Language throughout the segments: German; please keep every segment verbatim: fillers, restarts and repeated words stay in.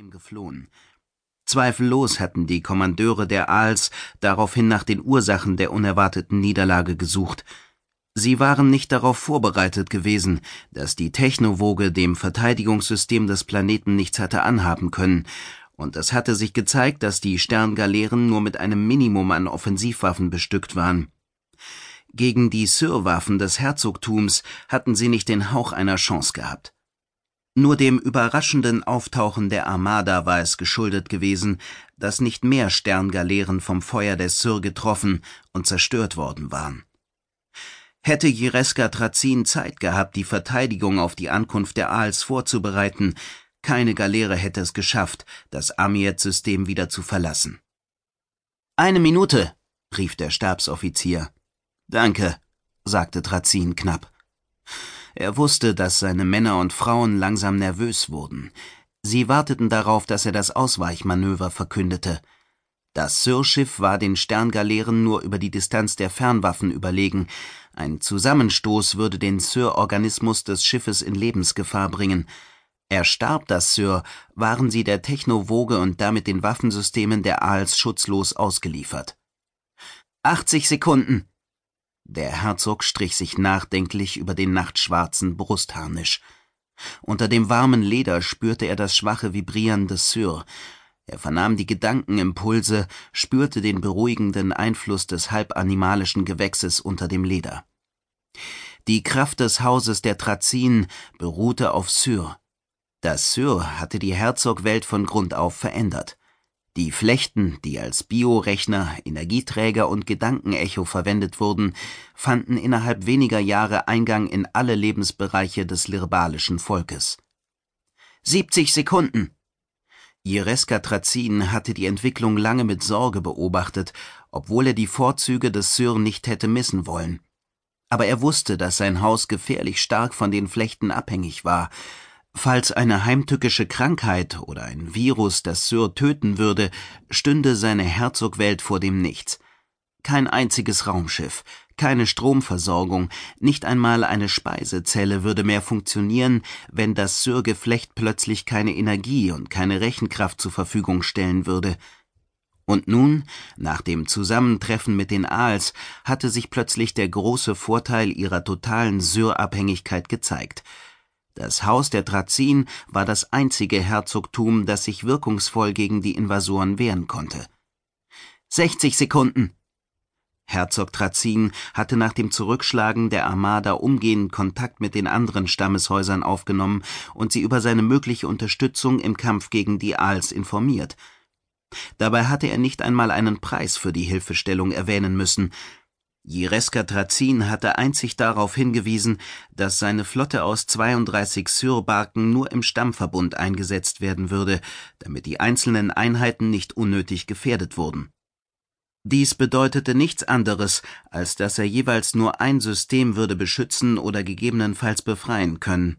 System geflohen. Zweifellos hatten die Kommandeure der Aals daraufhin nach den Ursachen der unerwarteten Niederlage gesucht. Sie waren nicht darauf vorbereitet gewesen, dass die Technovoge dem Verteidigungssystem des Planeten nichts hatte anhaben können, und es hatte sich gezeigt, dass die Sterngaleeren nur mit einem Minimum an Offensivwaffen bestückt waren. Gegen die Syr-Waffen des Herzogtums hatten sie nicht den Hauch einer Chance gehabt. Nur dem überraschenden Auftauchen der Armada war es geschuldet gewesen, dass nicht mehr Sterngaleeren vom Feuer der Syr getroffen und zerstört worden waren. Hätte Jireska Trazin Zeit gehabt, die Verteidigung auf die Ankunft der Aals vorzubereiten, keine Galeere hätte es geschafft, das Amiet-System wieder zu verlassen. »Eine Minute«, rief der Stabsoffizier. »Danke«, sagte Trazin knapp. Er wusste, dass seine Männer und Frauen langsam nervös wurden. Sie warteten darauf, dass er das Ausweichmanöver verkündete. Das Syr-Schiff war den Sterngaleeren nur über die Distanz der Fernwaffen überlegen. Ein Zusammenstoß würde den Syr-Organismus des Schiffes in Lebensgefahr bringen. Erstarb das Syr, waren sie der Technovoge und damit den Waffensystemen der Aals schutzlos ausgeliefert. »achtzig Sekunden!« Der Herzog strich sich nachdenklich über den nachtschwarzen Brustharnisch. Unter dem warmen Leder spürte er das schwache Vibrieren des Syr. Er vernahm die Gedankenimpulse, spürte den beruhigenden Einfluss des halbanimalischen Gewächses unter dem Leder. Die Kraft des Hauses der Trazin beruhte auf Syr. Das Syr hatte die Herzogwelt von Grund auf verändert. Die Flechten, die als Biorechner, Energieträger und Gedankenecho verwendet wurden, fanden innerhalb weniger Jahre Eingang in alle Lebensbereiche des lirbalischen Volkes. »siebzig Sekunden!« Jireska Trazin hatte die Entwicklung lange mit Sorge beobachtet, obwohl er die Vorzüge des Syr nicht hätte missen wollen. Aber er wusste, dass sein Haus gefährlich stark von den Flechten abhängig war. Falls eine heimtückische Krankheit oder ein Virus das Syr töten würde, stünde seine Herzogwelt vor dem Nichts. Kein einziges Raumschiff, keine Stromversorgung, nicht einmal eine Speisezelle würde mehr funktionieren, wenn das Syr-Geflecht plötzlich keine Energie und keine Rechenkraft zur Verfügung stellen würde. Und nun, nach dem Zusammentreffen mit den Aals, hatte sich plötzlich der große Vorteil ihrer totalen Syr-Abhängigkeit gezeigt. Das Haus der Trazin war das einzige Herzogtum, das sich wirkungsvoll gegen die Invasoren wehren konnte. »sechzig Sekunden!« Herzog Trazin hatte nach dem Zurückschlagen der Armada umgehend Kontakt mit den anderen Stammeshäusern aufgenommen und sie über seine mögliche Unterstützung im Kampf gegen die Aals informiert. Dabei hatte er nicht einmal einen Preis für die Hilfestellung erwähnen müssen. Jireska Trazin hatte einzig darauf hingewiesen, dass seine Flotte aus zweiunddreißig Syr-Barken nur im Stammverbund eingesetzt werden würde, damit die einzelnen Einheiten nicht unnötig gefährdet wurden. Dies bedeutete nichts anderes, als dass er jeweils nur ein System würde beschützen oder gegebenenfalls befreien können.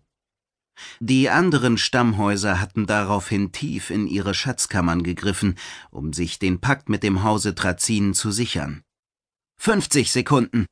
Die anderen Stammhäuser hatten daraufhin tief in ihre Schatzkammern gegriffen, um sich den Pakt mit dem Hause Trazin zu sichern. fünfzig Sekunden!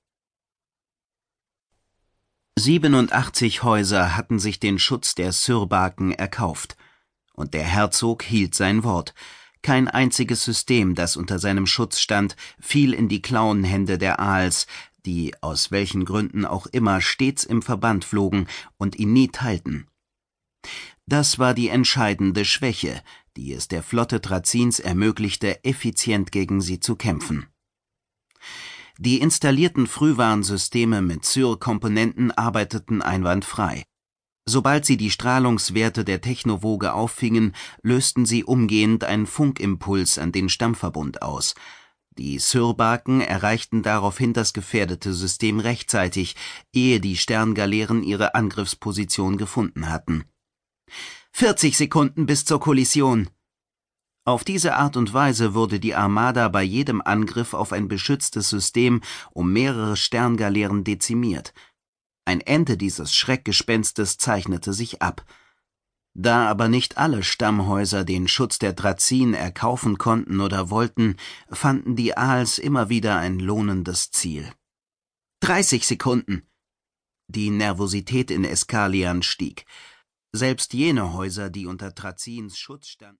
siebenundachtzig Häuser hatten sich den Schutz der Syr-Barken erkauft. Und der Herzog hielt sein Wort. Kein einziges System, das unter seinem Schutz stand, fiel in die Klauenhände der Aals, die, aus welchen Gründen auch immer, stets im Verband flogen und ihn nie teilten. Das war die entscheidende Schwäche, die es der Flotte Trazins ermöglichte, effizient gegen sie zu kämpfen. Die installierten Frühwarnsysteme mit Syr-Komponenten arbeiteten einwandfrei. Sobald sie die Strahlungswerte der Technovoge auffingen, lösten sie umgehend einen Funkimpuls an den Stammverbund aus. Die Syr-Barken erreichten daraufhin das gefährdete System rechtzeitig, ehe die Sterngaleeren ihre Angriffsposition gefunden hatten. vierzig Sekunden bis zur Kollision! Auf diese Art und Weise wurde die Armada bei jedem Angriff auf ein beschütztes System um mehrere Sterngaleeren dezimiert. Ein Ende dieses Schreckgespenstes zeichnete sich ab. Da aber nicht alle Stammhäuser den Schutz der Trazin erkaufen konnten oder wollten, fanden die Aals immer wieder ein lohnendes Ziel. dreißig Sekunden! Die Nervosität in Eskalian stieg. Selbst jene Häuser, die unter Trazins Schutz standen,